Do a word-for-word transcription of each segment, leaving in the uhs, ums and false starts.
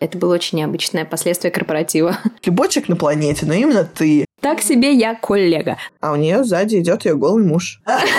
Это было очень необычное последствие корпоратива. Любой человек на планете, но именно ты. Так себе я коллега. А у нее сзади идет ее голый муж.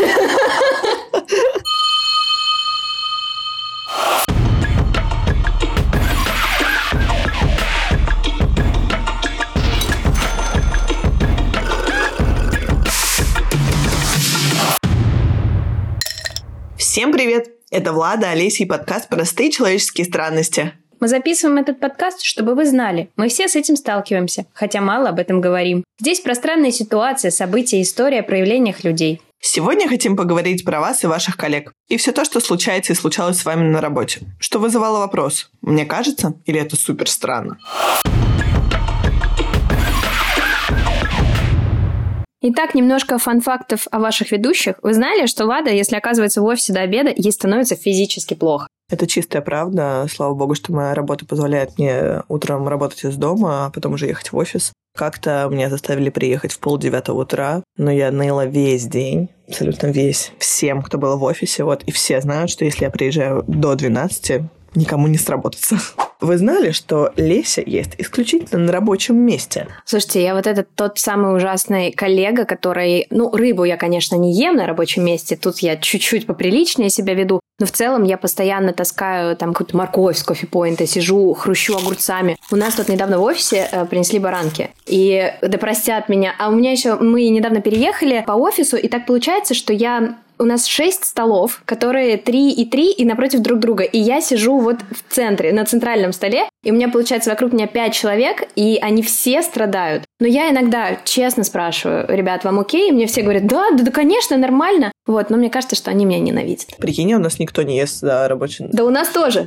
Всем привет! Это Влада, Олеся и подкаст «Простые человеческие странности». Мы записываем этот подкаст, чтобы вы знали. Мы все с этим сталкиваемся, хотя мало об этом говорим. Здесь пространные ситуации, события, история о проявлениях людей. Сегодня хотим поговорить про вас и ваших коллег. И все то, что случается и случалось с вами на работе. Что вызывало вопрос: мне кажется, или это супер странно? Итак, немножко фан-фактов о ваших ведущих. Вы знали, что Лада, если оказывается в офисе до обеда, ей становится физически плохо? Это чистая правда. Слава богу, что моя работа позволяет мне утром работать из дома, а потом уже ехать в офис. Как-то меня заставили приехать в полдевятого утра, но я ныла весь день, абсолютно весь, всем, кто был в офисе. Вот, и все знают, что если я приезжаю до двенадцати, никому не сработаться. Вы знали, что Леся ест исключительно на рабочем месте? Слушайте, я вот этот тот самый ужасный коллега, который... Ну, рыбу я, конечно, не ем на рабочем месте, тут я чуть-чуть поприличнее себя веду, но в целом я постоянно таскаю там какую-то морковь с кофе-поинта, сижу, хрущу огурцами. У нас тут недавно в офисе э, принесли баранки. И да простят меня. А у меня еще... Мы недавно переехали по офису, и так получается, что я... У нас шесть столов, которые три и три, и напротив друг друга. И я сижу вот в центре, на центральном столе, и у меня, получается, вокруг меня пять человек, и они все страдают. Но я иногда честно спрашиваю: ребят, вам окей? И мне все говорят: да, да, да, конечно, нормально. Вот, но мне кажется, что они меня ненавидят. Прикинь, у нас никто не ест за рабочим. Да у нас тоже.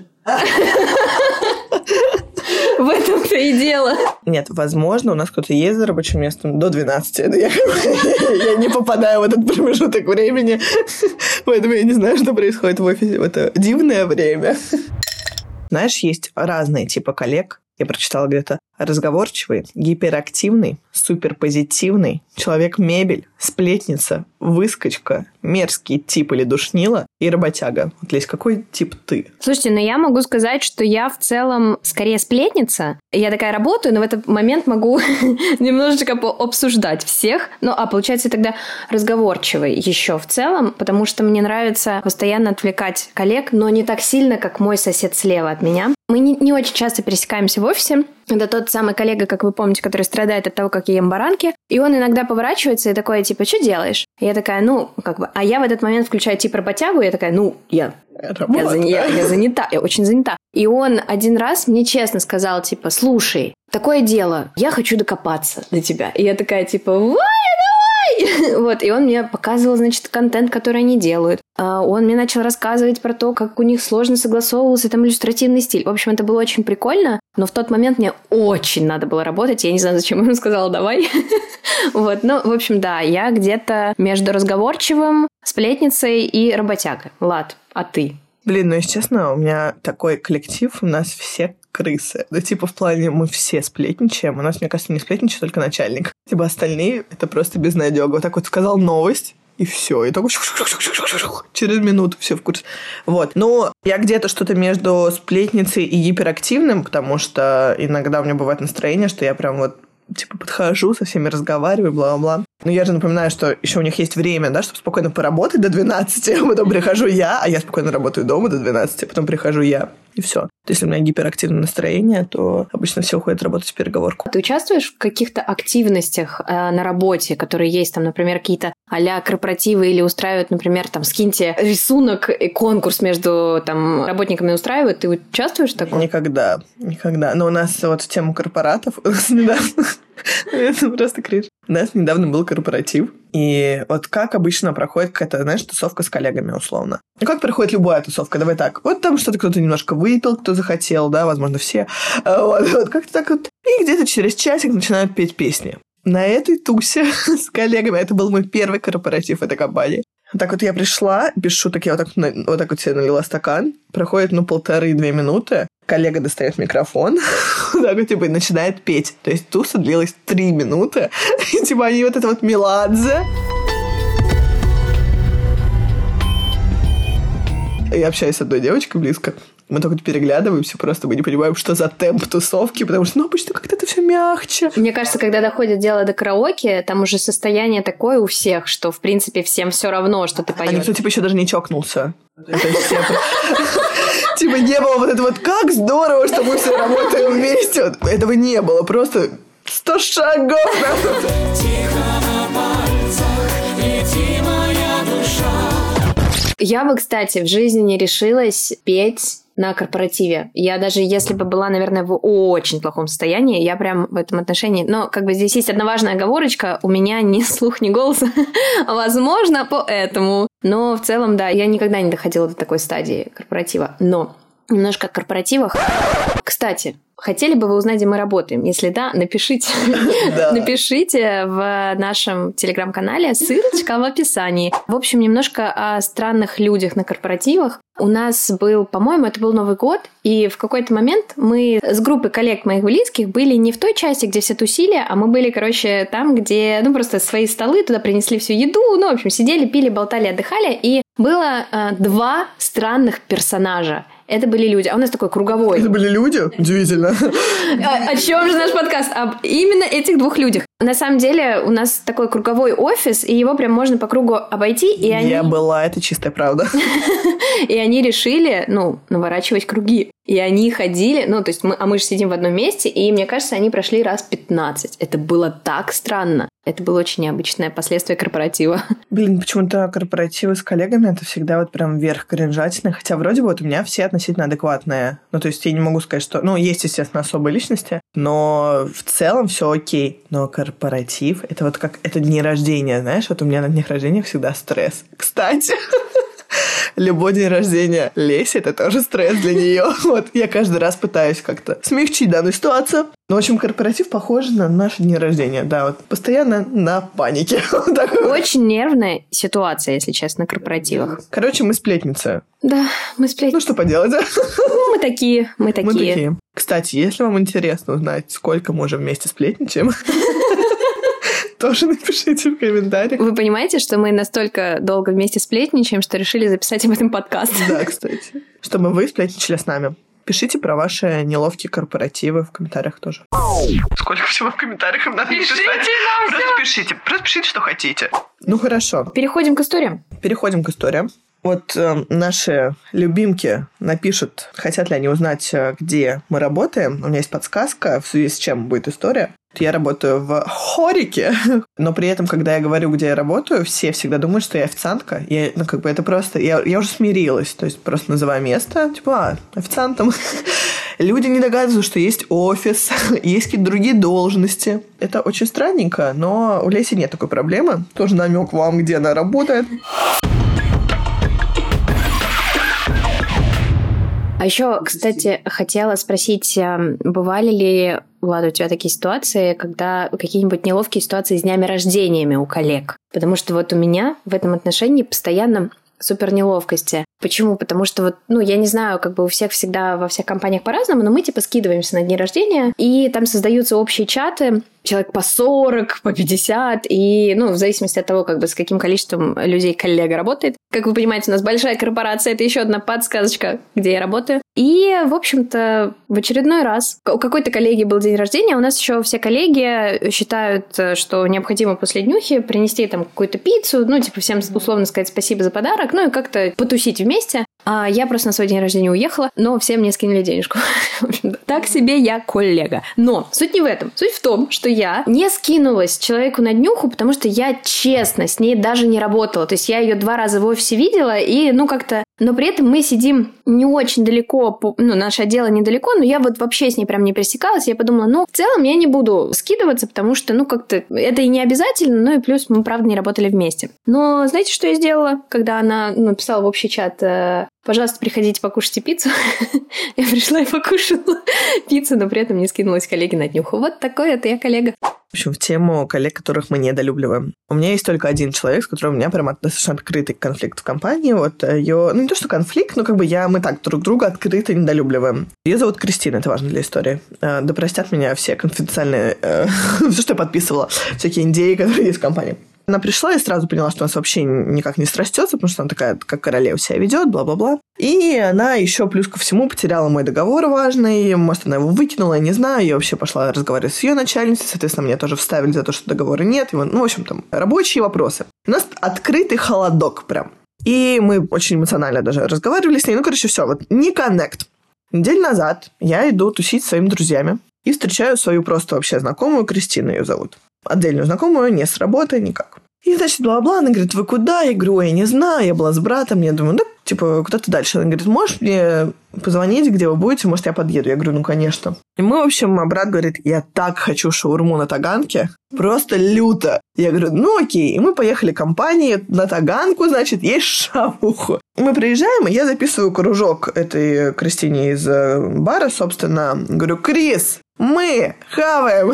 В этом-то и дело. Нет, возможно, у нас кто-то есть за рабочим местом до двенадцати. Я, я не попадаю в этот промежуток времени, поэтому я не знаю, что происходит в офисе в это дивное время. Знаешь, есть разные типы коллег. Я прочитала где-то: разговорчивый, гиперактивный, суперпозитивный, человек-мебель, сплетница, выскочка, мерзкий тип или душнила и работяга. Вот, Лесь, какой тип ты? Слушайте, ну я могу сказать, что я в целом скорее сплетница. Я такая работаю, но в этот момент могу немножечко обсуждать всех. Ну, а получается тогда разговорчивый еще в целом, потому что мне нравится постоянно отвлекать коллег, но не так сильно, как мой сосед слева от меня. Мы не, не очень часто пересекаемся в офисе. Это тот самый коллега, как вы помните, который страдает от того, как я ем баранки. И он иногда поворачивается и такой, типа: что делаешь? И я такая, ну, как бы... А я в этот момент включаю типа работягу, и я такая, ну, я... Я, за... я, я занята, я очень занята. И он один раз мне честно сказал, типа: слушай, такое дело, я хочу докопаться до тебя. И я такая, типа: Ваня, давай! Вот, и он мне показывал, значит, контент, который они делают. Он мне начал рассказывать про то, как у них сложно согласовывался там иллюстративный стиль. В общем, это было очень прикольно, но в тот момент мне очень надо было работать. Я не знаю, зачем я ему сказала «давай». Вот, ну, в общем, да, я где-то между разговорчивым, сплетницей и работягой. Лад, а ты? Блин, ну, если честно, у меня такой коллектив, у нас все крысы. Ну, типа, в плане мы все сплетничаем. У нас, мне кажется, не сплетничает только начальник. Типа, остальные — это просто безнадёга. Вот так вот сказал новость, и все. И так через минуту все в курсе. Вот. Но я где-то что-то между сплетницей и гиперактивным, потому что иногда у меня бывает настроение, что я прям вот типа подхожу, со всеми разговариваю, бла-бла-бла. Но я же напоминаю, что еще у них есть время, да, чтобы спокойно поработать до двенадцати, а потом прихожу я, а я спокойно работаю дома до двенадцати, а потом прихожу я, и все. Если у меня гиперактивное настроение, то обычно все уходят работать в переговорку. Ты участвуешь в каких-то активностях э, на работе, которые есть, там, например, какие-то а-ля корпоративы, или устраивают, например, там, скиньте рисунок, и конкурс между там работниками устраивают? Ты участвуешь в таком? Никогда, никогда. Но у нас вот в тему корпоратов у нас недавно... Это просто кринж. У нас недавно был корпоратив, и вот как обычно проходит какая-то, знаешь, тусовка с коллегами, условно. Ну, как проходит любая тусовка, давай так. Вот там что-то кто-то немножко выпил, кто захотел, да, возможно, все. Вот, вот как-то так вот. И где-то через часик начинают петь песни. На этой тусе с коллегами, это был мой первый корпоратив этой компании. Вот так вот я пришла, без шуток, я вот так, вот так вот себе налила стакан, проходит, ну, полторы-две минуты, коллега достает микрофон, вот так вот, типа, и начинает петь. То есть туса длилась три минуты, и, типа, они вот это вот Меладзе. Я общаюсь с одной девочкой близко, Мы только переглядываемся, просто мы не понимаем, что за темп тусовки, потому что, ну, обычно как-то это все мягче. Мне кажется, когда доходит дело до караоке, там уже состояние такое у всех, что, в принципе, всем все равно, что ты поешь. А никто, типа, еще даже не чокнулся. Типа, не было вот это вот, как здорово, что мы все работаем вместе. Этого не было, просто сто шагов. Я бы, кстати, в жизни не решилась петь на корпоративе. Я даже, если бы была, наверное, в очень плохом состоянии, я прям в этом отношении... Но как бы здесь есть одна важная оговорочка. У меня ни слух, ни голос. Возможно, поэтому. Но в целом, да, я никогда не доходила до такой стадии корпоратива. Но немножко о корпоративах. Кстати, хотели бы вы узнать, где мы работаем? Если да, напишите. Да. Напишите в нашем телеграм-канале, ссылочка в описании. В общем, немножко о странных людях на корпоративах. У нас был, по-моему, это был Новый год, и в какой-то момент мы с группой коллег моих близких были не в той части, где все тусили, а мы были, короче, там, где, ну, просто свои столы, туда принесли всю еду, ну, в общем, сидели, пили, болтали, отдыхали, и было э, два странных персонажа. Это были люди. А у нас такой круговой. Это были люди? Удивительно. О, о чем же наш подкаст? Об именно этих двух людях. На самом деле у нас такой круговой офис, и его прям можно по кругу обойти. И они... Я была, это чистая правда. И они решили, ну, наворачивать круги. И они ходили, ну, то есть мы, а мы же сидим в одном месте, и, мне кажется, они прошли раз пятнадцать. Это было так странно. Это было очень необычное последствие корпоратива. Блин, почему-то корпоративы с коллегами — это всегда вот прям верх кринжатины. Хотя вроде бы вот у меня все относительно адекватные. Ну, то есть я не могу сказать, что... Ну, есть, естественно, особые личности, но в целом все окей. Но корпоратив — это вот как... Это дни рождения, знаешь? Вот у меня на днях рождения всегда стресс. Кстати... Любой день рождения Леси — это тоже стресс для нее. Вот я каждый раз пытаюсь как-то смягчить данную ситуацию. Ну, в общем, корпоратив похож на наши дни рождения. Да, вот постоянно на панике. Очень нервная ситуация, если честно, на корпоративах. Короче, мы сплетницы. Да, мы сплетницы. Ну, что поделать? Мы такие, мы такие. Мы такие. Кстати, если вам интересно узнать, сколько мы уже вместе сплетничаем... Тоже напишите в комментариях. Вы понимаете, что мы настолько долго вместе сплетничаем, что решили записать об этом подкаст? Да, кстати. Чтобы вы сплетничали с нами. Пишите про ваши неловкие корпоративы в комментариях тоже. Сколько всего в комментариях им надо пишите написать? Нам Просто все. пишите. Просто пишите, что хотите. Ну, хорошо. Переходим к историям. Переходим к историям. Вот э, наши любимки напишут, хотят ли они узнать, где мы работаем. У меня есть подсказка, в связи с чем будет история. Я работаю в хорике, но при этом, когда я говорю, где я работаю, все всегда думают, что я официантка. Я, ну, как бы это просто... Я, я уже смирилась, то есть просто называю место, типа, а, официантом. Люди не догадываются, что есть офис, есть какие-то другие должности. Это очень странненько, но у Леси нет такой проблемы. Тоже намек вам, где она работает. А еще, кстати, хотела спросить, бывали ли, Влада, у тебя такие ситуации, когда какие-нибудь неловкие ситуации с днями рождениями у коллег? Потому что вот у меня в этом отношении постоянно супер неловкости. Почему? Потому что вот, ну, я не знаю, как бы у всех всегда во всех компаниях по-разному, но мы типа скидываемся на дни рождения, и там создаются общие чаты, человек по сорок, по пятьдесят, и, ну, в зависимости от того, как бы с каким количеством людей коллега работает. Как вы понимаете, у нас большая корпорация, это еще одна подсказочка, где я работаю. И, в общем-то, в очередной раз у какой-то коллеги был день рождения, у нас еще все коллеги считают, что необходимо после днюхи принести там какую-то пиццу, ну, типа всем условно сказать спасибо за подарок, ну, и как-то потусить вместе. А я просто на свой день рождения уехала, но все мне скинули денежку. Так себе я коллега. Но суть не в этом. Суть в том, что я не скинулась человеку на днюху, потому что я честно с ней даже не работала. То есть я ее два раза в офисе видела, и ну как-то... Но при этом мы сидим не очень далеко, ну, наше отдело недалеко, но я вот вообще с ней прям не пересекалась. Я подумала, ну, в целом я не буду скидываться, потому что, ну, как-то это и не обязательно, ну, и плюс мы, правда, не работали вместе. Но знаете, что я сделала, когда она написала в общий чат: пожалуйста, приходите, покушайте пиццу. Я пришла и покушала пиццу, но при этом не скинулась коллеге на днюху. Вот такой это я коллега. В общем, в тему коллег, которых мы недолюбливаем. У меня есть только один человек, с которым у меня прям достаточно открытый конфликт в компании. Вот ее... Ну, не то, что конфликт, но как бы я... Мы так друг друга открыто недолюбливаем. Ее зовут Кристина, это важно для истории. Да простят меня все конфиденциальные... Все, что я подписывала. Всякие индеи, которые есть в компании. Она пришла и сразу поняла, что у нас вообще никак не срастется, потому что она такая, как королева себя ведет, бла-бла-бла. И она еще плюс ко всему потеряла мой договор важный. Может, она его выкинула, я не знаю. Я вообще пошла разговаривать с ее начальницей. Соответственно, меня тоже вставили за то, что договора нет. И, ну, в общем, там, рабочие вопросы. У нас открытый холодок прям. И мы очень эмоционально даже разговаривали с ней. Ну, короче, все, вот не коннект. Неделю назад я иду тусить с своими друзьями и встречаю свою просто вообще знакомую, Кристину ее зовут. Отдельную знакомую, не с работы, никак. И, значит, бла-бла, она говорит, вы куда? Я говорю, я не знаю, я была с братом. Я думаю, да, типа, куда-то дальше. Она говорит, можешь мне позвонить, где вы будете? Может, я подъеду? Я говорю, ну, конечно. И мы, в общем, брат говорит, я так хочу шаурму на Таганке. Просто люто. Я говорю, ну, окей. И мы поехали компанией на Таганку, значит, есть шавуху. Мы приезжаем, и я записываю кружок этой Кристине из бара, собственно. Говорю, Крис, мы хаваем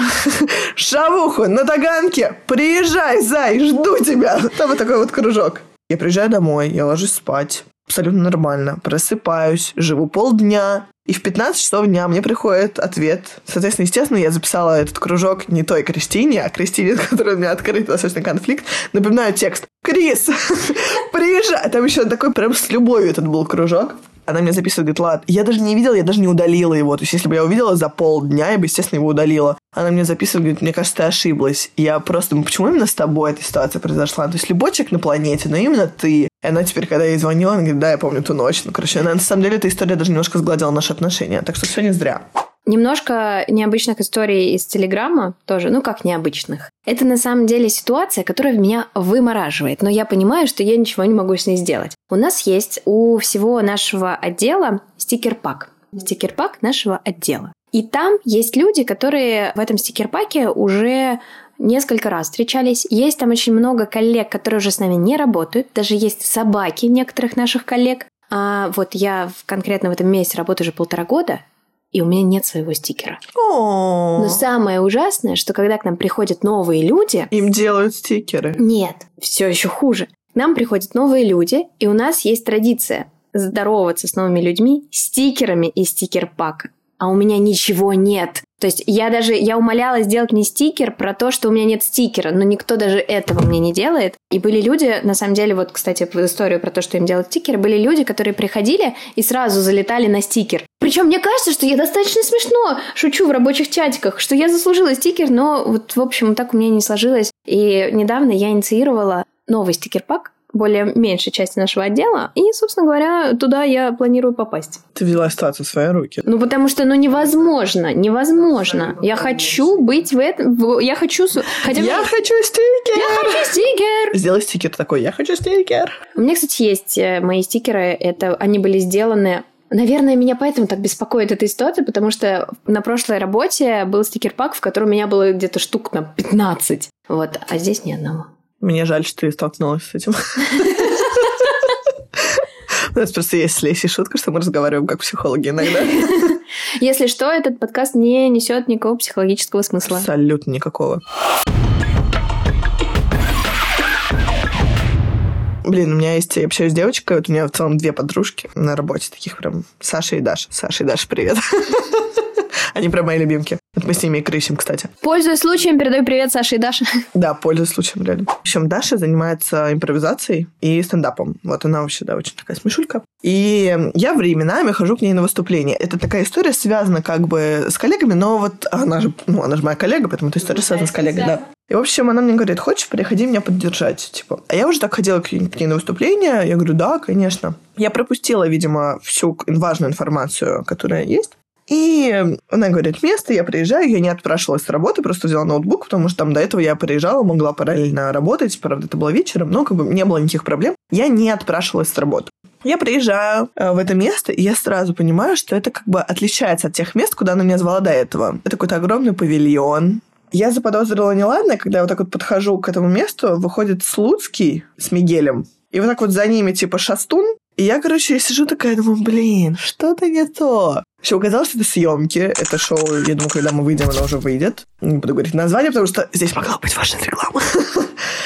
шавуху на Таганке. Приезжай, зай, жду тебя. Там вот такой вот кружок. Я приезжаю домой, я ложусь спать. Абсолютно нормально. Просыпаюсь, живу полдня. И в пятнадцать часов дня мне приходит ответ. Соответственно, естественно, я записала этот кружок не той Кристине, а Кристине, с которой у меня открыт достаточно конфликт. Напоминаю текст. Крис, приезжай. Там еще такой прям с любовью этот был кружок. Она мне записывает, говорит, ладно, я даже не видела, я даже не удалила его. То есть, если бы я увидела за полдня, я бы, естественно, его удалила. Она мне записывает, говорит, мне кажется, ты ошиблась. Я просто, почему именно с тобой эта ситуация произошла? То есть, любой человек на планете, но именно ты. И она теперь, когда я ей звонила, она говорит, да, я помню ту ночь. Ну, короче, она, на самом деле, эта история даже немножко сгладила наши отношения. Так что все не зря. Немножко необычных историй из Телеграма тоже, ну как необычных. Это на самом деле ситуация, которая меня вымораживает, но я понимаю, что я ничего не могу с ней сделать. У нас есть у всего нашего отдела стикер-пак. Стикер-пак нашего отдела. И там есть люди, которые в этом стикер-паке уже несколько раз встречались. Есть там очень много коллег, которые уже с нами не работают. Даже есть собаки некоторых наших коллег. А вот я конкретно в этом месте работаю уже полтора года, и у меня нет своего стикера. О-о-о. Но самое ужасное, что когда к нам приходят новые люди... Им делают стикеры. Нет, все еще хуже. К нам приходят новые люди, и у нас есть традиция здороваться с новыми людьми стикерами из стикер-пака. А у меня ничего нет. То есть я даже, я умоляла сделать мне стикер про то, что у меня нет стикера, но никто даже этого мне не делает. И были люди, на самом деле, вот, кстати, в историю про то, что им делают стикеры, были люди, которые приходили и сразу залетали на стикер. Причем мне кажется, что я достаточно смешно шучу в рабочих чатиках, что я заслужила стикер, но вот, в общем, так у меня не сложилось. И недавно я инициировала новый стикер-пак, более меньшей части нашего отдела, и, собственно говоря, туда я планирую попасть. Ты взяла ситуацию в свои руки. Ну, потому что, ну, невозможно, невозможно. Я хочу быть в этом, в... я хочу... Хотя я бы... хочу стикер! Я хочу стикер! Сделай стикер такой, я хочу стикер! У меня, кстати, есть мои стикеры, это они были сделаны... Наверное, меня поэтому так беспокоит эта ситуация, потому что на прошлой работе был стикер-пак, в котором у меня было где-то штук на пятнадцать. Вот, а здесь ни одного. Мне жаль, что ты столкнулась с этим. У нас просто есть с Лесей шутка, что мы разговариваем как психологи иногда. Если что, этот подкаст не несет никакого психологического смысла. Абсолютно никакого. Блин, у меня есть... Я общаюсь с девочкой, вот у меня в целом две подружки на работе, таких прям Саша и Даша. Саша и Даша, привет. Они прям мои любимки. Вот мы с ними и крысим, кстати. Пользуясь случаем, передаю привет Саше и Даше. Да, пользуясь случаем, реально. В общем, Даша занимается импровизацией и стендапом. Вот она вообще, да, очень такая смешулька. И я временами хожу к ней на выступления. Это такая история связана как бы с коллегами, но вот она же, ну, она же моя коллега, поэтому эта история связана с коллегой, да. И, в общем, она мне говорит, хочешь, приходи меня поддержать, типа. А я уже так ходила к ней на выступление, я говорю, да, конечно. Я пропустила, видимо, всю важную информацию, которая есть. И она говорит, место, я приезжаю, я не отпрашивалась с работы, просто взяла ноутбук, потому что там до этого я приезжала, могла параллельно работать, правда, это было вечером, но как бы не было никаких проблем. Я не отпрашивалась с работы. Я приезжаю в это место, и я сразу понимаю, что это как бы отличается от тех мест, куда она меня звала до этого. Это какой-то огромный павильон. Я заподозрила неладное, когда я вот так вот подхожу к этому месту, выходит Слуцкий с Мигелем, и вот так вот за ними типа Шастун. И я, короче, сижу такая, думаю, блин, что-то не то. Все оказалось, что это съемки. Это шоу, я думаю, когда мы выйдем, оно уже выйдет. Не буду говорить название, потому что здесь могла быть ваша реклама.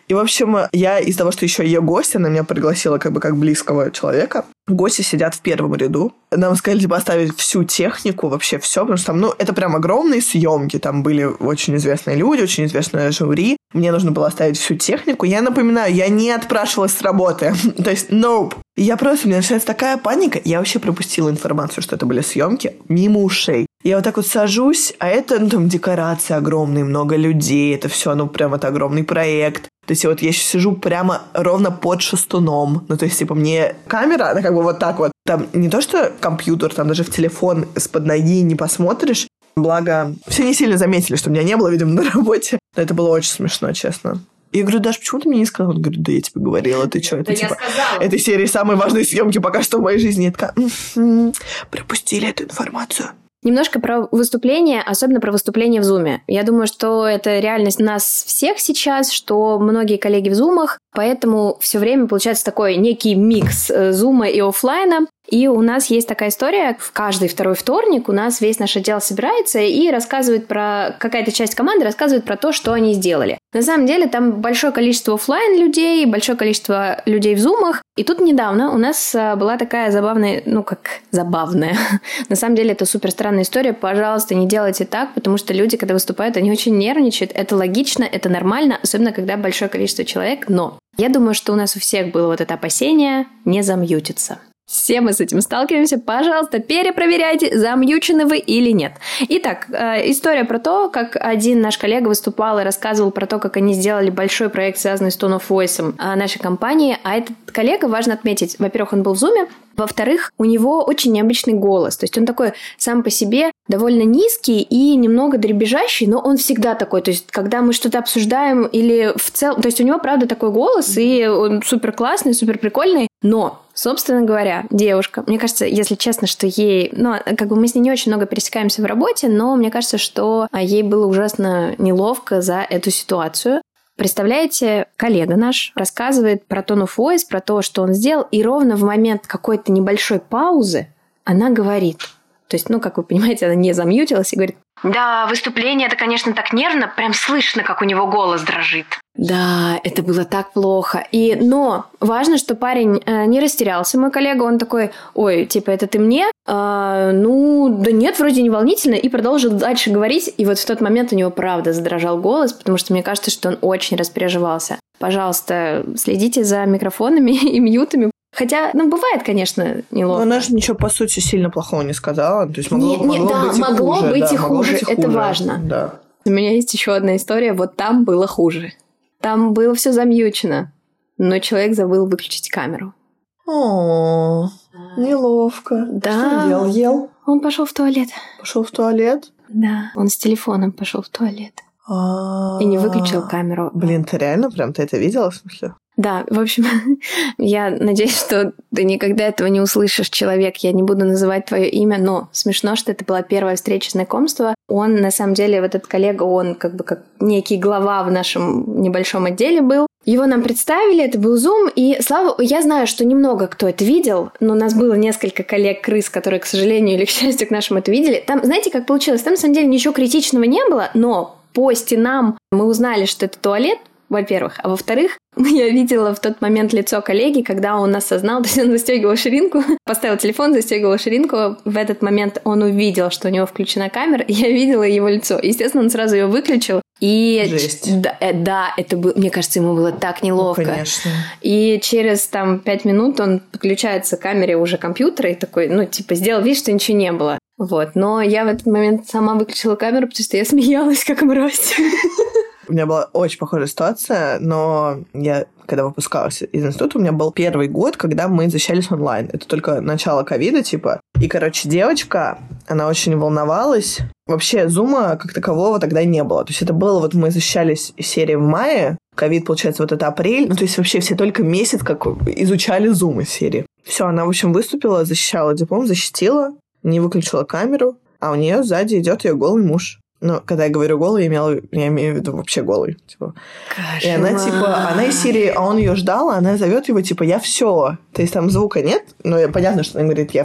И, в общем, я из-за того, что еще ее гость, она меня пригласила как бы как близкого человека. Гости сидят в первом ряду. Нам сказали, типа, оставить всю технику, вообще все, потому что там, ну, это прям огромные съемки. Там были очень известные люди, очень известное жюри. Мне нужно было оставить всю технику. Я напоминаю, я не отпрашивалась с работы. То есть, nope. И я просто, у меня начинается такая паника. Я вообще пропустила информацию, что это были съемки, мимо ушей. Я вот так вот сажусь, а это, ну, там, декорации огромные, много людей. Это все, ну, прям, это огромный проект. То есть вот я сейчас сижу прямо ровно под шестуном. Ну, то есть, типа, мне камера, она как бы вот так вот. Там не то, что компьютер, там даже в телефон из-под ноги не посмотришь. Благо, все не сильно заметили, что меня не было, видимо, на работе. Но это было очень смешно, честно. Я говорю, Даш, почему ты мне не сказала? Он говорит, да я тебе говорила, ты что? Это, да типа, я сказала. Этой серии самые важные съемки пока что в моей жизни. Я такая, м-м-м, пропустили эту информацию. Немножко про выступление, особенно про выступление в Зуме. Я думаю, что это реальность нас всех сейчас, что многие коллеги в Зумах, поэтому все время получается такой некий микс Зума и офлайна. И у нас есть такая история, в каждый второй вторник у нас весь наш отдел собирается и рассказывает про... Какая-то часть команды рассказывает про то, что они сделали. На самом деле там большое количество офлайн людей, большое количество людей в зумах. И тут недавно у нас была такая забавная... Ну, как забавная. На самом деле это супер странная история. Пожалуйста, не делайте так, потому что люди, когда выступают, они очень нервничают. Это логично, это нормально, особенно когда большое количество человек. Но я думаю, что у нас у всех было вот это опасение не замьютиться. Все мы с этим сталкиваемся. Пожалуйста, перепроверяйте, замьючены вы или нет. Итак, история про то, как один наш коллега выступал и рассказывал про то, как они сделали большой проект, связанный с Tone of Voice нашей компании. А этот коллега, важно отметить, во-первых, он был в Зуме, во-вторых, у него очень необычный голос. То есть он такой сам по себе довольно низкий и немного дребезжащий, но он всегда такой. То есть когда мы что-то обсуждаем или в целом... То есть у него, правда, такой голос, и он супер классный, супер прикольный. Но, собственно говоря, девушка, мне кажется, если честно, что ей... Ну, как бы мы с ней не очень много пересекаемся в работе, но мне кажется, что ей было ужасно неловко за эту ситуацию. Представляете, коллега наш рассказывает про Tone of Voice, про то, что он сделал, и ровно в момент какой-то небольшой паузы она говорит. То есть, ну, как вы понимаете, она не замьютилась и говорит: да, выступление, это, конечно, так нервно, прям слышно, как у него голос дрожит. Да, это было так плохо. И, но важно, что парень э, не растерялся, мой коллега, он такой: ой, типа, это ты мне? А, ну, да нет, вроде не волнительно, и продолжил дальше говорить. И вот в тот момент у него, правда, задрожал голос, потому что мне кажется, что он очень распереживался. Пожалуйста, следите за микрофонами и мьютами. Хотя, ну, бывает, конечно, неловко. Но она же ничего, по сути, сильно плохого не сказала. То есть могло, не, не, могло да, быть и могло хуже. Быть да, и могло хуже. быть и Это хуже. важно. Да. У меня есть еще одна история. Вот там было хуже. Там было все замьючено, но человек забыл выключить камеру. О, неловко. Да. Что он делал? Ел? Он пошел в туалет. Пошел в туалет? Да. Он с телефоном пошел в туалет. А-а-а. И не выключил камеру. Блин, ты реально прям ты это видела, в смысле? Да, в общем, я надеюсь, что ты никогда этого не услышишь, человек. Я не буду называть твое имя, но смешно, что это была первая встреча знакомства. Он, на самом деле, вот этот коллега, он как бы как некий глава в нашем небольшом отделе был. Его нам представили, это был Zoom, и слава... Я знаю, что немного кто это видел, но у нас было несколько коллег-крыс, которые, к сожалению или к счастью, к нашему это видели. Там, знаете, как получилось? Там, на самом деле, ничего критичного не было, но по стенам мы узнали, что это туалет, во-первых. А во-вторых, я видела в тот момент лицо коллеги, когда он осознал, то есть он застегивал ширинку, поставил телефон, застегивал ширинку. В этот момент он увидел, что у него включена камера, и я видела его лицо. Естественно, он сразу ее выключил. И Жесть. Да, э, да, это было, мне кажется, ему было так неловко. Ну, конечно. И через там пять минут он подключается к камере уже компьютера и такой, ну, типа, сделал вид, что ничего не было. Вот. Но я в этот момент сама выключила камеру, потому что я смеялась, как мразь. У меня была очень похожая ситуация, но я, когда выпускалась из института, у меня был первый год, когда мы защищались онлайн. Это только начало ковида, типа. И, короче, девочка, она очень волновалась. Вообще, зума как такового тогда не было. То есть это было, вот мы защищались серии в мае, ковид, получается, вот это апрель. Ну, то есть вообще все только месяц как изучали зум из серии. Все, она, в общем, выступила, защищала диплом, защитила, не выключила камеру, а у нее сзади идет ее голый муж. Ну, когда я говорю голый, я, имела, я имею в виду вообще голый. Типа. И она, типа, она из серии, а он ее ждал, а она зовет его, типа, я все. То есть там звука нет, но понятно, что она говорит, я все.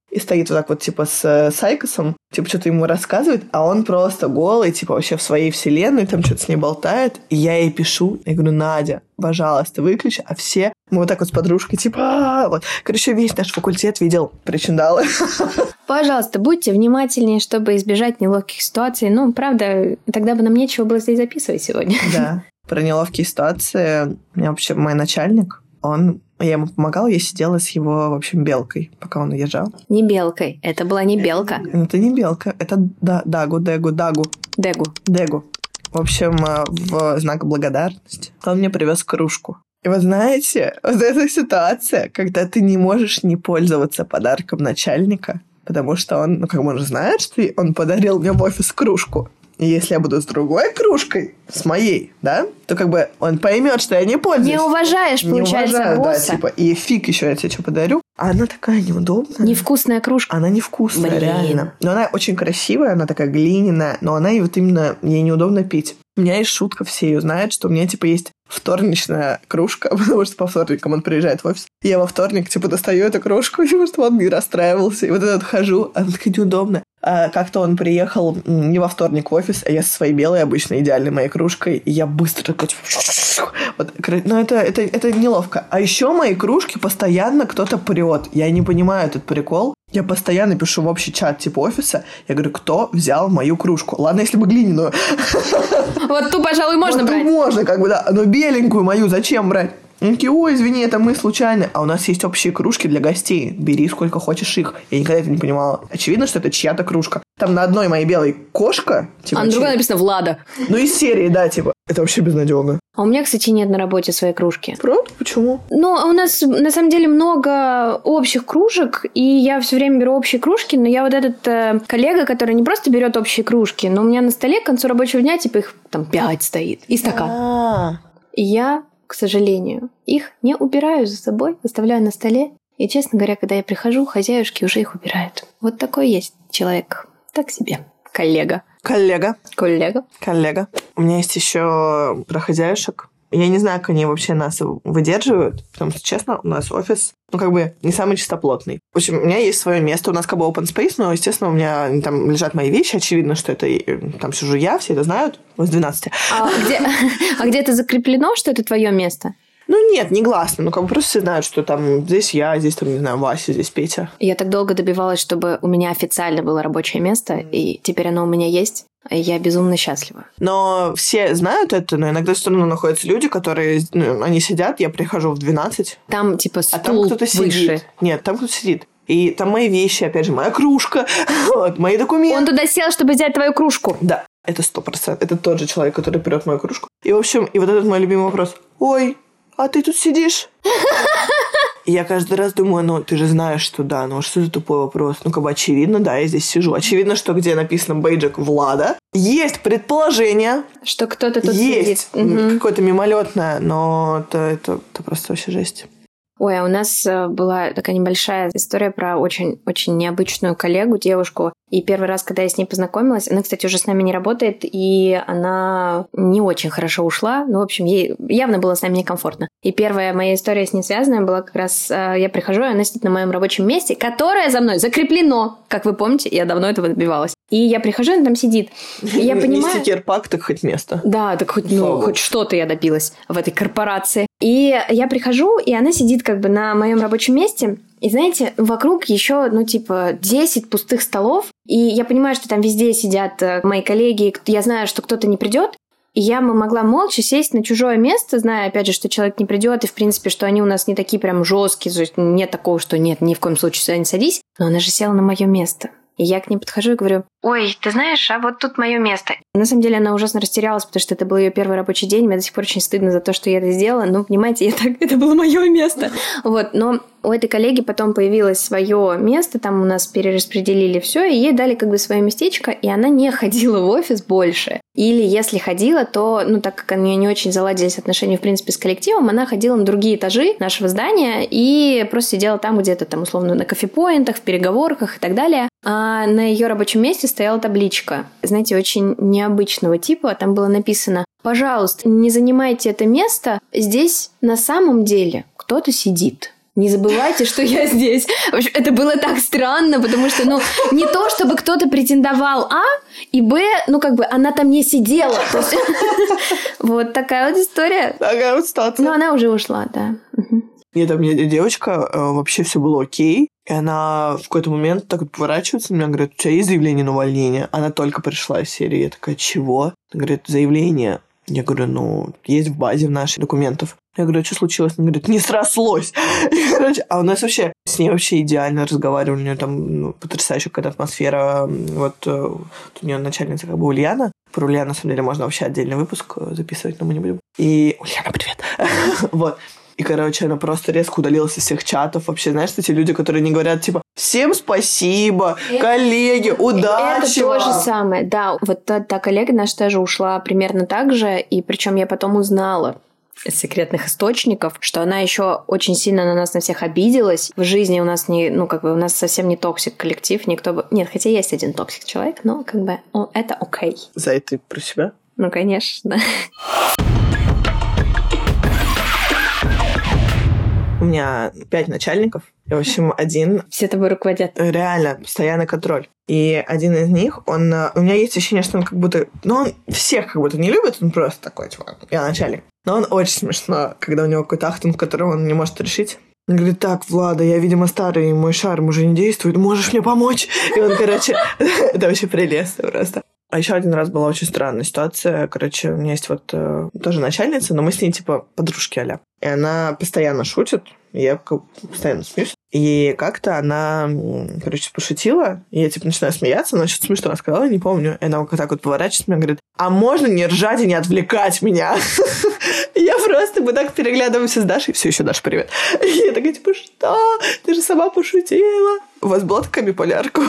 и стоит вот так вот, типа, с Сайкосом, типа, что-то ему рассказывает, а он просто голый, типа, вообще в своей вселенной, там что-то с ней болтает, и я ей пишу, я говорю: Надя, пожалуйста, выключи, а все, мы вот так вот с подружкой, типа, а вот, короче, весь наш факультет видел причиндалы. Пожалуйста, будьте внимательнее, чтобы избежать неловких ситуаций. Ну, правда, тогда бы нам нечего было здесь записывать сегодня. Да, про неловкие ситуации. У меня вообще мой начальник, он... Я ему помогала, я сидела с его, в общем, белкой, пока он уезжал. Не белкой, это была не белка. Это не белка, это да, Дагу, Дегу, Дагу. Дегу. Дегу. В общем, в знак благодарности он мне привез кружку. И вы знаете, вот эта ситуация, когда ты не можешь не пользоваться подарком начальника, потому что он, ну, как бы он же знает, что он подарил мне в офис кружку. И если я буду с другой кружкой, с моей, да, то как бы он поймет, что я не пользуюсь. Не уважаешь, не получается, уважаю, босса. да, типа, и фиг еще я тебе что подарю. А она такая неудобная. Невкусная кружка. Она невкусная, Блин. реально. Но она очень красивая, она такая глиняная, но она и вот именно, ей неудобно пить. У меня есть шутка, все ее знают, что у меня, типа, есть вторничная кружка, потому что по вторникам он приезжает в офис. И я во вторник, типа, достаю эту кружку, потому что он не расстраивался. И вот этот хожу, она такая неудобная. А как-то он приехал не во вторник в офис, а я со своей белой, обычно идеальной моей кружкой, и я быстро такой, типа, вот, ну, это, это, это неловко. А еще мои кружки постоянно кто-то прет. Я не понимаю этот прикол. Я постоянно пишу в общий чат типа офиса, я говорю: кто взял мою кружку? Ладно, если бы глиняную. Вот ту, пожалуй, можно вот брать. Ту можно, как бы, да. Но беленькую мою зачем брать? Они такие: ой, извини, это мы случайно. А у нас есть общие кружки для гостей. Бери сколько хочешь их. Я никогда это не понимала. Очевидно, что это чья-то кружка. Там на одной моей белой кошка. Типа, а на другой написано «Влада». Ну, из серии, да, типа. Это вообще безнадежно. А у меня, кстати, нет на работе своей кружки. Правда? Почему? Ну, у нас, на самом деле, много общих кружек, и я все время беру общие кружки, но я вот этот э, коллега, который не просто берет общие кружки, но у меня на столе к концу рабочего дня, типа, их там пять стоит, и стакан. А-а-а. И я, к сожалению, их не убираю за собой, оставляю на столе, и, честно говоря, когда я прихожу, хозяюшки уже их убирают. Вот такой есть человек. Так себе. Коллега. Коллега. Коллега. Коллега. У меня есть еще про хозяюшек. Я не знаю, как они вообще нас выдерживают, потому что, честно, у нас офис, ну, как бы, не самый чистоплотный. В общем, у меня есть свое место, у нас как бы open space, но, естественно, у меня там лежат мои вещи, очевидно, что это там сижу я, все это знают, с двенадцати. А где, а где это закреплено, что это твое место? Ну, нет, негласно. Ну, как бы просто все знают, что там здесь я, здесь, там, не знаю, Вася, здесь Петя. Я так долго добивалась, чтобы у меня официально было рабочее место, и теперь оно у меня есть. И я безумно счастлива. Но все знают это, но иногда все равно находятся люди, которые, ну, они сидят, я прихожу в двенадцать. Там, типа, стул а там кто-то выше. Сидит. Нет, там кто-то сидит. И там мои вещи, опять же, моя кружка, вот, мои документы. Он туда сел, чтобы взять твою кружку. Да, это сто процентов. Это тот же человек, который берет мою кружку. И, в общем, и вот этот мой любимый вопрос. Ой, а ты тут сидишь? И я каждый раз думаю: ну, ты же знаешь, что да, ну, что за тупой вопрос? Ну, как бы очевидно, да, я здесь сижу. Очевидно, что где написано бейджик Влада, есть предположение, что кто-то тут есть сидит. Угу. какое-то мимолетное, но это, это, это просто вообще жесть. Ой, а у нас была такая небольшая история про очень-очень необычную коллегу, девушку. И первый раз, когда я с ней познакомилась, она, кстати, уже с нами не работает, и она не очень хорошо ушла. Ну, в общем, ей явно было с нами некомфортно. И первая моя история с ней связанная была как раз... Я прихожу, и она сидит на моем рабочем месте, которое за мной закреплено. Как вы помните, я давно этого добивалась. И я прихожу, она там сидит. И я понимаю... Не стикер-пак, так хоть место. Да, так хоть, ну, хоть что-то я добилась в этой корпорации. И я прихожу, и она сидит как бы на моем рабочем месте. И знаете, вокруг еще, ну, типа, десять пустых столов. И я понимаю, что там везде сидят мои коллеги. Я знаю, что кто-то не придет. И я могла молча сесть на чужое место, зная, опять же, что человек не придет, и, в принципе, что они у нас не такие прям жесткие. То есть нет такого, что нет, ни в коем случае сюда не садись. Но она же села на мое место. И я к ней подхожу и говорю: ой, ты знаешь, а вот тут мое место. На самом деле она ужасно растерялась, потому что это был ее первый рабочий день. Мне до сих пор очень стыдно за то, что я это сделала. Но, понимаете, я так... это было мое место. Вот, но у этой коллеги потом появилось свое место, там у нас перераспределили все, и ей дали как бы свое местечко, и она не ходила в офис больше. Или если ходила, то, ну, так как у нее не очень заладились отношения, в принципе, с коллективом, она ходила на другие этажи нашего здания и просто сидела там где-то, там, условно, на кофепоинтах, в переговорках и так далее. А на ее рабочем месте стояла табличка, знаете, очень необычного типа. Там было написано: пожалуйста, не занимайте это место, здесь на самом деле кто-то сидит. Не забывайте, что я здесь. В общем, это было так странно, потому что, ну, не то, чтобы кто-то претендовал, а, и б, ну, как бы, она там не сидела. То есть, вот такая вот история. Такая вот ситуация. Ну, она уже ушла, да. И там девочка, вообще все было окей, и она в какой-то момент так вот поворачивается на меня, говорит, у тебя есть заявление на увольнение? Она только пришла из серии. Я такая, чего? Она говорит, заявление. Я говорю, ну, есть в базе наших документов. Я говорю, а что случилось? Она говорит, не срослось. И, короче, а у нас вообще, с ней вообще идеально разговаривали. У нее там ну, потрясающая какая-то атмосфера. Вот у нее начальница как бы Ульяна. Про Ульяну, на самом деле, можно вообще отдельный выпуск записывать, но мы не будем. И Ульяна, привет. Вот. И, короче, она просто резко удалилась из всех чатов. Вообще, знаешь, эти люди, которые не говорят, типа, всем спасибо, это, коллеги, удачи. Это то же самое, да. Вот та, та коллега наша тоже ушла примерно так же. И причем я потом узнала из секретных источников, что она еще очень сильно на нас на всех обиделась. В жизни у нас не, ну, как бы, у нас совсем не токсик коллектив, никто бы... Нет, хотя есть один токсик человек, но, как бы, о, это окей. За это про себя? Ну, конечно. У меня пять начальников, и, в общем, один... Все тобой руководят. Реально, постоянный контроль. И один из них, он... У меня есть ощущение, что он как будто... Ну, он всех как будто не любит, он просто такой, типа, я начальник. Но он очень смешно, когда у него какой-то ахтунг, который он не может решить. Он говорит, так, Влада, я, видимо, старый, мой шарм уже не действует, можешь мне помочь? И он, короче, это вообще прелестно просто. А еще один раз была очень странная ситуация. Короче, у меня есть вот э, тоже начальница, но мы с ней типа подружки а-ля. И она постоянно шутит, и я постоянно смеюсь. И как-то она, короче, пошутила, и я типа начинаю смеяться, но что-то смешно сказала, не помню. И она вот так вот поворачивается, меня говорит, а можно не ржать и не отвлекать меня? Я просто, мы так переглядываемся с Дашей. Все еще, Даша, привет. И я такая, типа, что? Ты же сама пошутила. У вас была такая биполярка?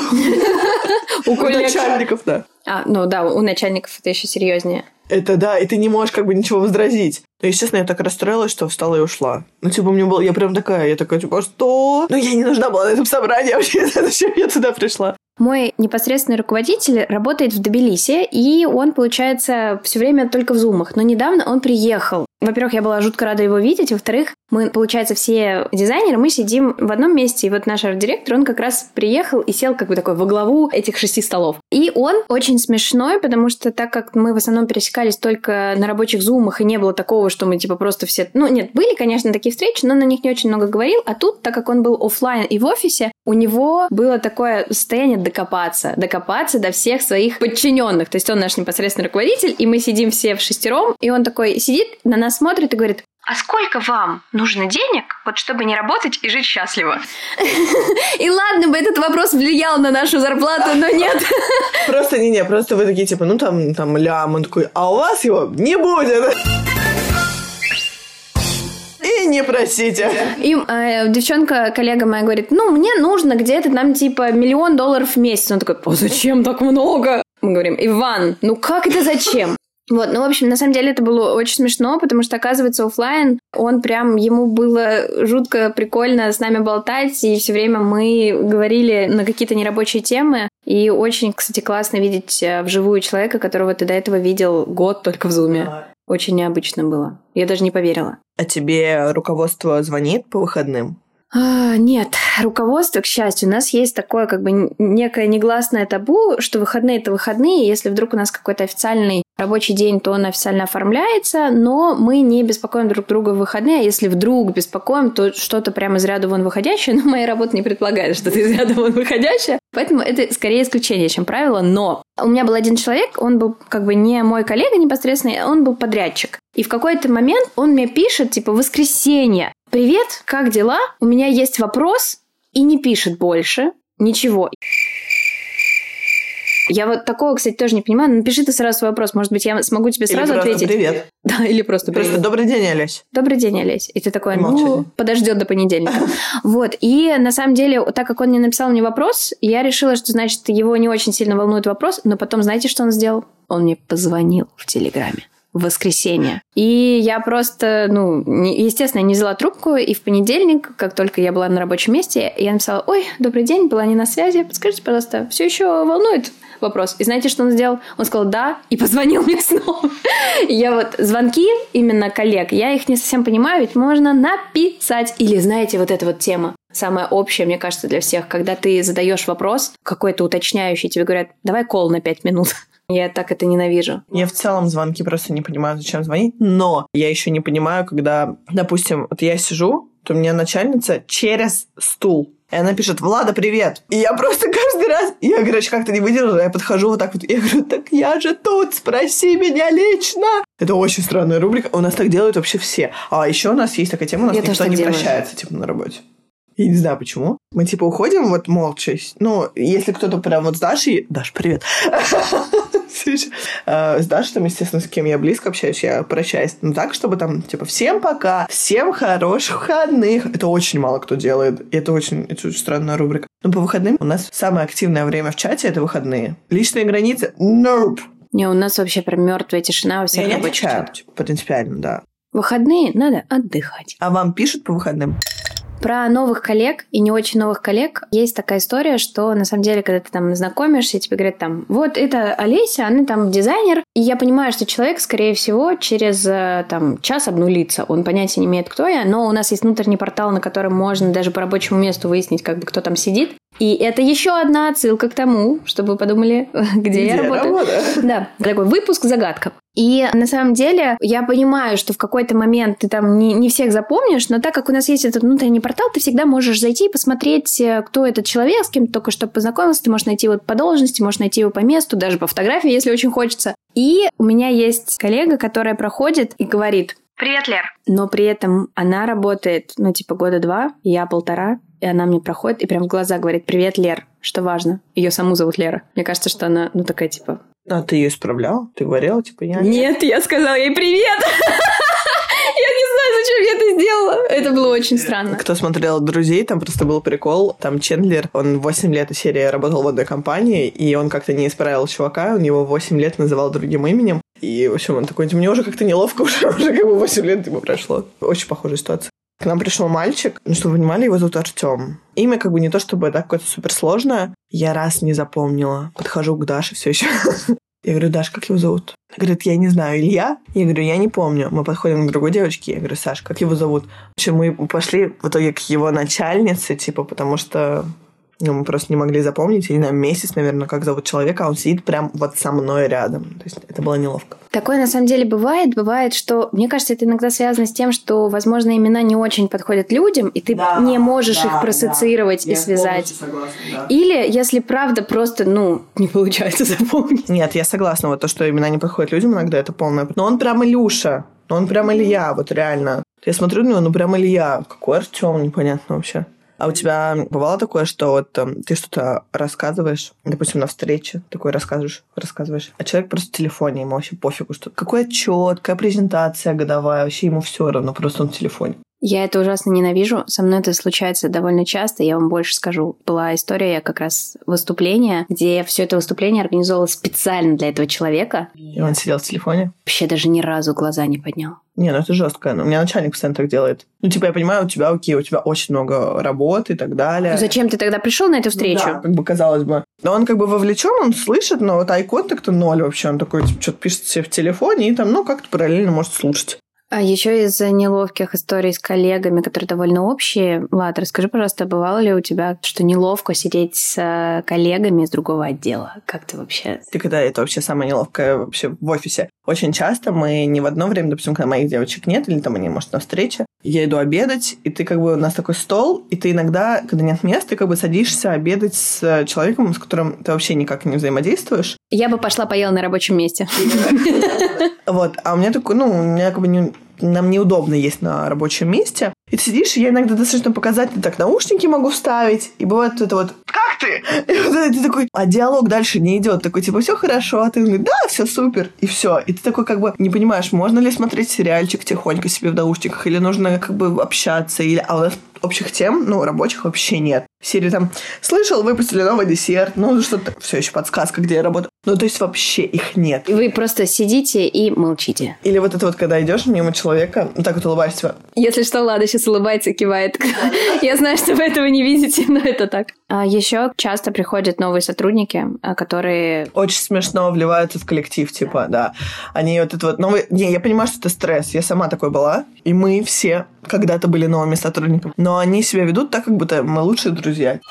У начальников, да. А, ну да, у начальников это еще серьезнее. Это да, и ты не можешь как бы ничего возразить. Но, естественно, я так расстроилась, что встала и ушла. Ну, типа, мне было... Я прям такая, я такая, типа, что? Ну, я не нужна была на этом собрании вообще. Зачем я туда пришла? Мой непосредственный руководитель работает в Тбилиси, и он, получается, все время только в зумах. Но недавно он приехал. Во-первых, я была жутко рада его видеть. Во-вторых, мы, получается, все дизайнеры, мы сидим в одном месте. И вот наш арт-директор, он как раз приехал и сел как бы такой во главу этих шести столов. И он очень смешной, потому что так как мы в основном пересекались только на рабочих зумах, и не было такого, что мы типа просто все... Ну, нет, были, конечно, такие встречи, но на них не очень много говорил. А тут, так как он был офлайн и в офисе, у него было такое состояние докопаться. Докопаться до всех своих подчиненных. То есть он наш непосредственный руководитель, и мы сидим все в шестером, и он такой сидит, на нас смотрит и говорит, а сколько вам нужно денег, вот чтобы не работать и жить счастливо? И ладно бы этот вопрос влиял на нашу зарплату, но нет. Просто не-не, просто вы такие, типа, ну там, там лям, он такой, а у вас его не будет. И не просите. И э, девчонка, коллега моя, говорит, ну, мне нужно где-то там типа миллион долларов в месяц. Он такой, а зачем так много? Мы говорим, Иван, ну как это зачем? Вот, ну, в общем, на самом деле это было очень смешно, потому что, оказывается, офлайн, он прям, ему было жутко прикольно с нами болтать, и все время мы говорили на какие-то нерабочие темы, и очень, кстати, классно видеть вживую человека, которого ты до этого видел год только в зуме. Очень необычно было. Я даже не поверила. А тебе руководство звонит по выходным? А, нет, руководство, к счастью, у нас есть такое как бы некое негласное табу, что выходные – это выходные, если вдруг у нас какой-то официальный рабочий день, то он официально оформляется, но мы не беспокоим друг друга в выходные, а если вдруг беспокоим, то что-то прямо из ряда вон выходящее, но моя работа не предполагает что-то из ряда вон выходящее, поэтому это скорее исключение, чем правило, но у меня был один человек, он был как бы не мой коллега непосредственно, он был подрядчик, и в какой-то момент он мне пишет, типа, воскресенье, привет, как дела? У меня есть вопрос, и не пишет больше ничего. Я вот такого, кстати, тоже не понимаю. Напиши ты сразу свой вопрос. Может быть, я смогу тебе сразу или ответить. Привет. Да, или просто привет. Просто добрый день, Олесь. Добрый день, Олесь. И ты такой, ну, подождет до понедельника. Вот. И на самом деле, так как он не написал мне вопрос, я решила, что, значит, его не очень сильно волнует вопрос. Но потом, знаете, что он сделал? Он мне позвонил в Телеграме. в воскресенье. И я просто, ну, не, естественно, не взяла трубку, и в понедельник, как только я была на рабочем месте, я написала: ой, добрый день, была не на связи, подскажите, пожалуйста, все еще волнует вопрос. И знаете, что он сделал? Он сказал «да» и позвонил мне снова. Я вот звонки именно коллег, я их не совсем понимаю, ведь можно написать. Или, знаете, вот эта вот тема, самая общая, мне кажется, для всех, когда ты задаешь вопрос какой-то уточняющий, тебе говорят: давай кол на пять минут. Я так это ненавижу. Я в целом звонки просто не понимаю, зачем звонить, но я еще не понимаю, когда, допустим, вот я сижу, то у меня начальница через стул, и она пишет: Влада, привет. И я просто каждый раз, я, короче, как-то не выдержала, я подхожу вот так вот, я говорю: так я же тут, спроси меня лично. Это очень странная рубрика, у нас так делают вообще все. А еще у нас есть такая тема, у нас я никто не делаю. Прощается, типа, на работе. Я не знаю, почему. Мы, типа, уходим вот молча. Ну, если кто-то прям вот с Дашей... Даша, привет. С Дашей, там, естественно, с кем я близко общаюсь, я прощаюсь. Ну, так, чтобы там, типа, всем пока, всем хороших выходных. Это очень мало кто делает. И это очень, это очень странная рубрика. Но по выходным у нас самое активное время в чате — это выходные. Личные границы — nope. Не, у нас вообще прям мертвая тишина во всех я рабочих не отвечаю, типа, принципиально, да. Выходные надо отдыхать. А вам пишут по выходным? Про новых коллег и не очень новых коллег есть такая история, что на самом деле, когда ты там знакомишься, тебе говорят там: вот это Олеся, она там дизайнер, и я понимаю, что человек, скорее всего, через там час обнулится, он понятия не имеет, кто я, но у нас есть внутренний портал, на котором можно даже по рабочему месту выяснить, как бы кто там сидит. И это еще одна отсылка к тому, чтобы вы подумали, где, где я работаю. Работа? Да, такой выпуск-загадка. И на самом деле я понимаю, что в какой-то момент ты там не, не всех запомнишь, но так как у нас есть этот внутренний портал, ты всегда можешь зайти и посмотреть, кто этот человек, с кем ты только что познакомился. Ты можешь найти его по должности, можешь найти его по месту, даже по фотографии, если очень хочется. И у меня есть коллега, которая проходит и говорит: привет, Лер. Но при этом она работает, ну, типа, года два, я полтора, и она мне проходит и прям в глаза говорит: привет, Лер. Что важно, ее саму зовут Лера. Мне кажется, что она, ну, такая, типа... А ты ее исправлял? Ты говорила, типа, я... Нет, я сказала ей привет! Я не знаю, зачем я это сделала. Это было очень странно. Кто смотрел «Друзей», там просто был прикол. Там Чендлер, он восемь лет из серии работал в одной компании, и он как-то не исправил чувака, он его восемь лет называл другим именем. И, в общем, он такой: мне уже как-то неловко, уже, уже как бы восемь лет ему прошло. Очень похожая ситуация. К нам пришел мальчик, ну, чтобы вы понимали, его зовут Артём. Имя как бы не то чтобы да, какое-то суперсложное. Я раз не запомнила. Подхожу к Даше все еще. Я говорю: Даш, как его зовут? Она говорит: я не знаю, Илья? Я говорю: я не помню. Мы подходим к другой девочке. Я говорю: Саш, как его зовут? В общем, мы пошли в итоге к его начальнице, типа, потому что... Ну, мы просто не могли запомнить, я не знаю, месяц, наверное, как зовут человека, а он сидит прям вот со мной рядом. То есть это было неловко. Такое на самом деле бывает. Бывает, что, мне кажется, это иногда связано с тем, что, возможно, имена не очень подходят людям, и ты да, не можешь да, их проассоциировать да. и я связать. Согласна, да. Или, если правда просто, ну, не получается запомнить. Нет, я согласна. Вот то, что имена не подходят людям, иногда это полное... Но он прям Илюша. Но он прям Илья, вот реально. Я смотрю на него, ну прям Илья. Какой Артём, непонятно вообще. А у тебя бывало такое, что вот там, ты что-то рассказываешь, допустим, на встрече, такой рассказываешь, рассказываешь, а человек просто в телефоне, ему вообще пофигу, что какой отчет, какая презентация годовая, вообще ему все равно, просто он в телефоне. Я это ужасно ненавижу. Со мной это случается довольно часто. Я вам больше скажу. Была история, я как раз выступление, где все это выступление организовывалось специально для этого человека. И он сидел в телефоне? Вообще даже ни разу глаза не поднял. Не, ну это жестко. У меня начальник постоянно так делает. Ну, типа, я понимаю, у тебя окей, у тебя очень много работы и так далее. Ну, зачем ты тогда пришел на эту встречу? Ну, да, как бы казалось бы. Но он как бы вовлечен, он слышит, но вот ай-контакта ноль вообще. Он такой, типа, что-то пишет себе в телефоне и там, ну, как-то параллельно может слушать. А еще из-за неловких историй с коллегами, которые довольно общие. Влад, расскажи, пожалуйста, бывало ли у тебя, что неловко сидеть с коллегами из другого отдела? Как ты вообще... Ты когда это вообще самое неловкое вообще в офисе? Очень часто мы не в одно время, допустим, когда моих девочек нет, или там они, может, на встрече, я иду обедать, и ты как бы, у нас такой стол, и ты иногда, когда нет места, ты как бы садишься обедать с человеком, с которым ты вообще никак не взаимодействуешь. Я бы пошла поела на рабочем месте. Вот, а у меня такой, ну, у меня как бы не... Нам неудобно есть на рабочем месте. И ты сидишь, и я иногда достаточно показательно так наушники могу вставить. И бывает это вот: как ты? И вот ты такой, а диалог дальше не идет. Такой, типа, все хорошо. А ты говоришь: да, все супер. И все. И ты такой как бы не понимаешь, можно ли смотреть сериальчик тихонько себе в наушниках, или нужно как бы общаться. Или... А у нас общих тем, ну, рабочих вообще нет. В серии там, слышал, выпустили новый десерт, ну, что-то, все еще подсказка, где я работаю. Ну, то есть вообще их нет. И вы просто сидите и молчите. Или вот это вот, когда идешь мимо человека, вот так вот улыбаешься. Если что, Лада сейчас улыбается, кивает. Я знаю, что вы этого не видите, но это так. А еще часто приходят новые сотрудники, которые... Очень смешно вливаются в коллектив, типа, да. Они вот это вот новые... Не, я понимаю, что это стресс. Я сама такой была. И мы все когда-то были новыми сотрудниками. Но они себя ведут так, как будто мы лучшие друзья.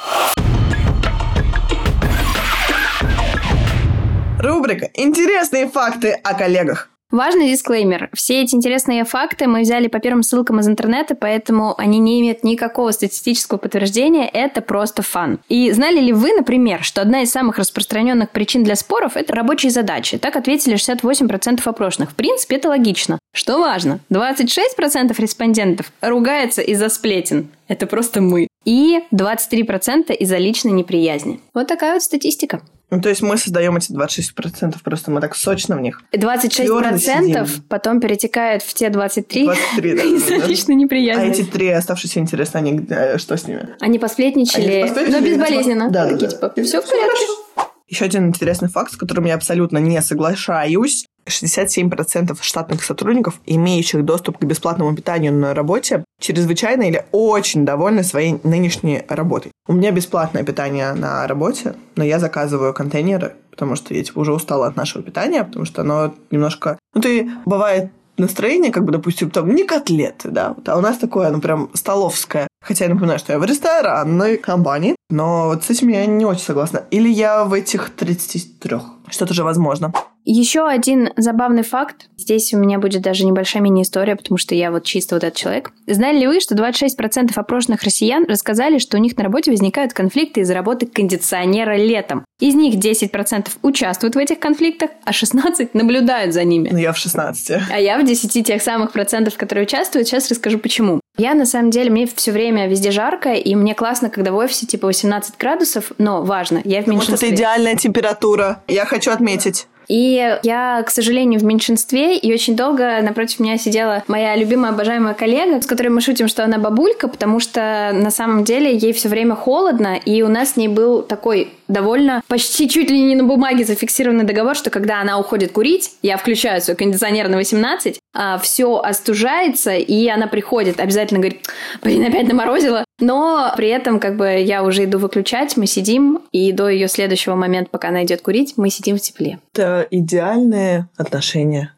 Рубрика «Интересные факты о коллегах». Важный дисклеймер. Все эти интересные факты мы взяли по первым ссылкам из интернета, поэтому они не имеют никакого статистического подтверждения, это просто фан. И знали ли вы, например, что одна из самых распространенных причин для споров – это рабочие задачи? Так ответили шестьдесят восемь процентов опрошенных. В принципе, это логично. Что важно, двадцать шесть процентов респондентов ругаются из-за сплетен. Это просто мы. И двадцать три процента из-за личной неприязни. Вот такая вот статистика. Ну, то есть мы создаем эти двадцать шесть процентов, просто мы так сочно в них. двадцать шесть процентов потом перетекают в те двадцать три процента да, из-за личной неприязни. А эти три оставшиеся, интересно, они что с ними? Они посплетничали, они посплетничали но безболезненно. Да, да, такие, да. Типа, все в порядке. Еще один интересный факт, с которым я абсолютно не соглашаюсь. шестьдесят семь процентов штатных сотрудников, имеющих доступ к бесплатному питанию на работе, чрезвычайно или очень довольны своей нынешней работой. У меня бесплатное питание на работе, но я заказываю контейнеры, потому что я типа уже устала от нашего питания, потому что оно немножко... Ну, ты бывает настроение, как бы, допустим, там не котлеты, да, а у нас такое, ну, прям столовское. Хотя я напоминаю, что я в ресторанной компании, но вот с этим я не очень согласна. Или я в этих тридцати трёх. Что-то же возможно. Еще один забавный факт. Здесь у меня будет даже небольшая мини-история, потому что я вот чисто вот этот человек. Знали ли вы, что двадцать шесть процентов опрошенных россиян рассказали, что у них на работе возникают конфликты из-за работы кондиционера летом? Из них десять процентов участвуют в этих конфликтах, а шестнадцать процентов наблюдают за ними. Ну, я в шестнадцати. А я в десяти тех самых процентов, которые участвуют. Сейчас расскажу, почему. Я, на самом деле, мне все время везде жарко, и мне классно, когда в офисе типа восемнадцать градусов, но важно, я в Потому меньшинстве. Потому что это идеальная температура. Я хочу отметить. И я, к сожалению, в меньшинстве, и очень долго напротив меня сидела моя любимая, обожаемая коллега, с которой мы шутим, что она бабулька, потому что на самом деле ей все время холодно, и у нас с ней был такой довольно почти чуть ли не на бумаге зафиксированный договор, что когда она уходит курить, я включаю свой кондиционер на восемнадцать, а все остужается, и она приходит, обязательно говорит: блин, опять наморозила. Но при этом как бы я уже иду выключать, мы сидим, и до ее следующего момента, пока она идет курить, мы сидим в тепле. Это идеальные отношения.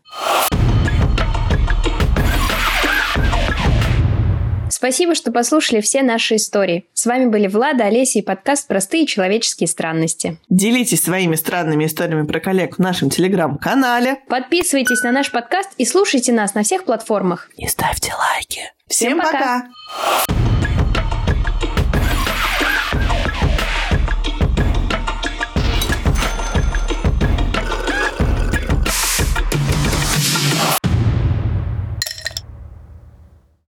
Спасибо, что послушали все наши истории. С вами были Влада, Олеся и подкаст «Простые человеческие странности». Делитесь своими странными историями про коллег в нашем телеграм-канале. Подписывайтесь на наш подкаст и слушайте нас на всех платформах. И ставьте лайки. Всем, Всем пока! пока.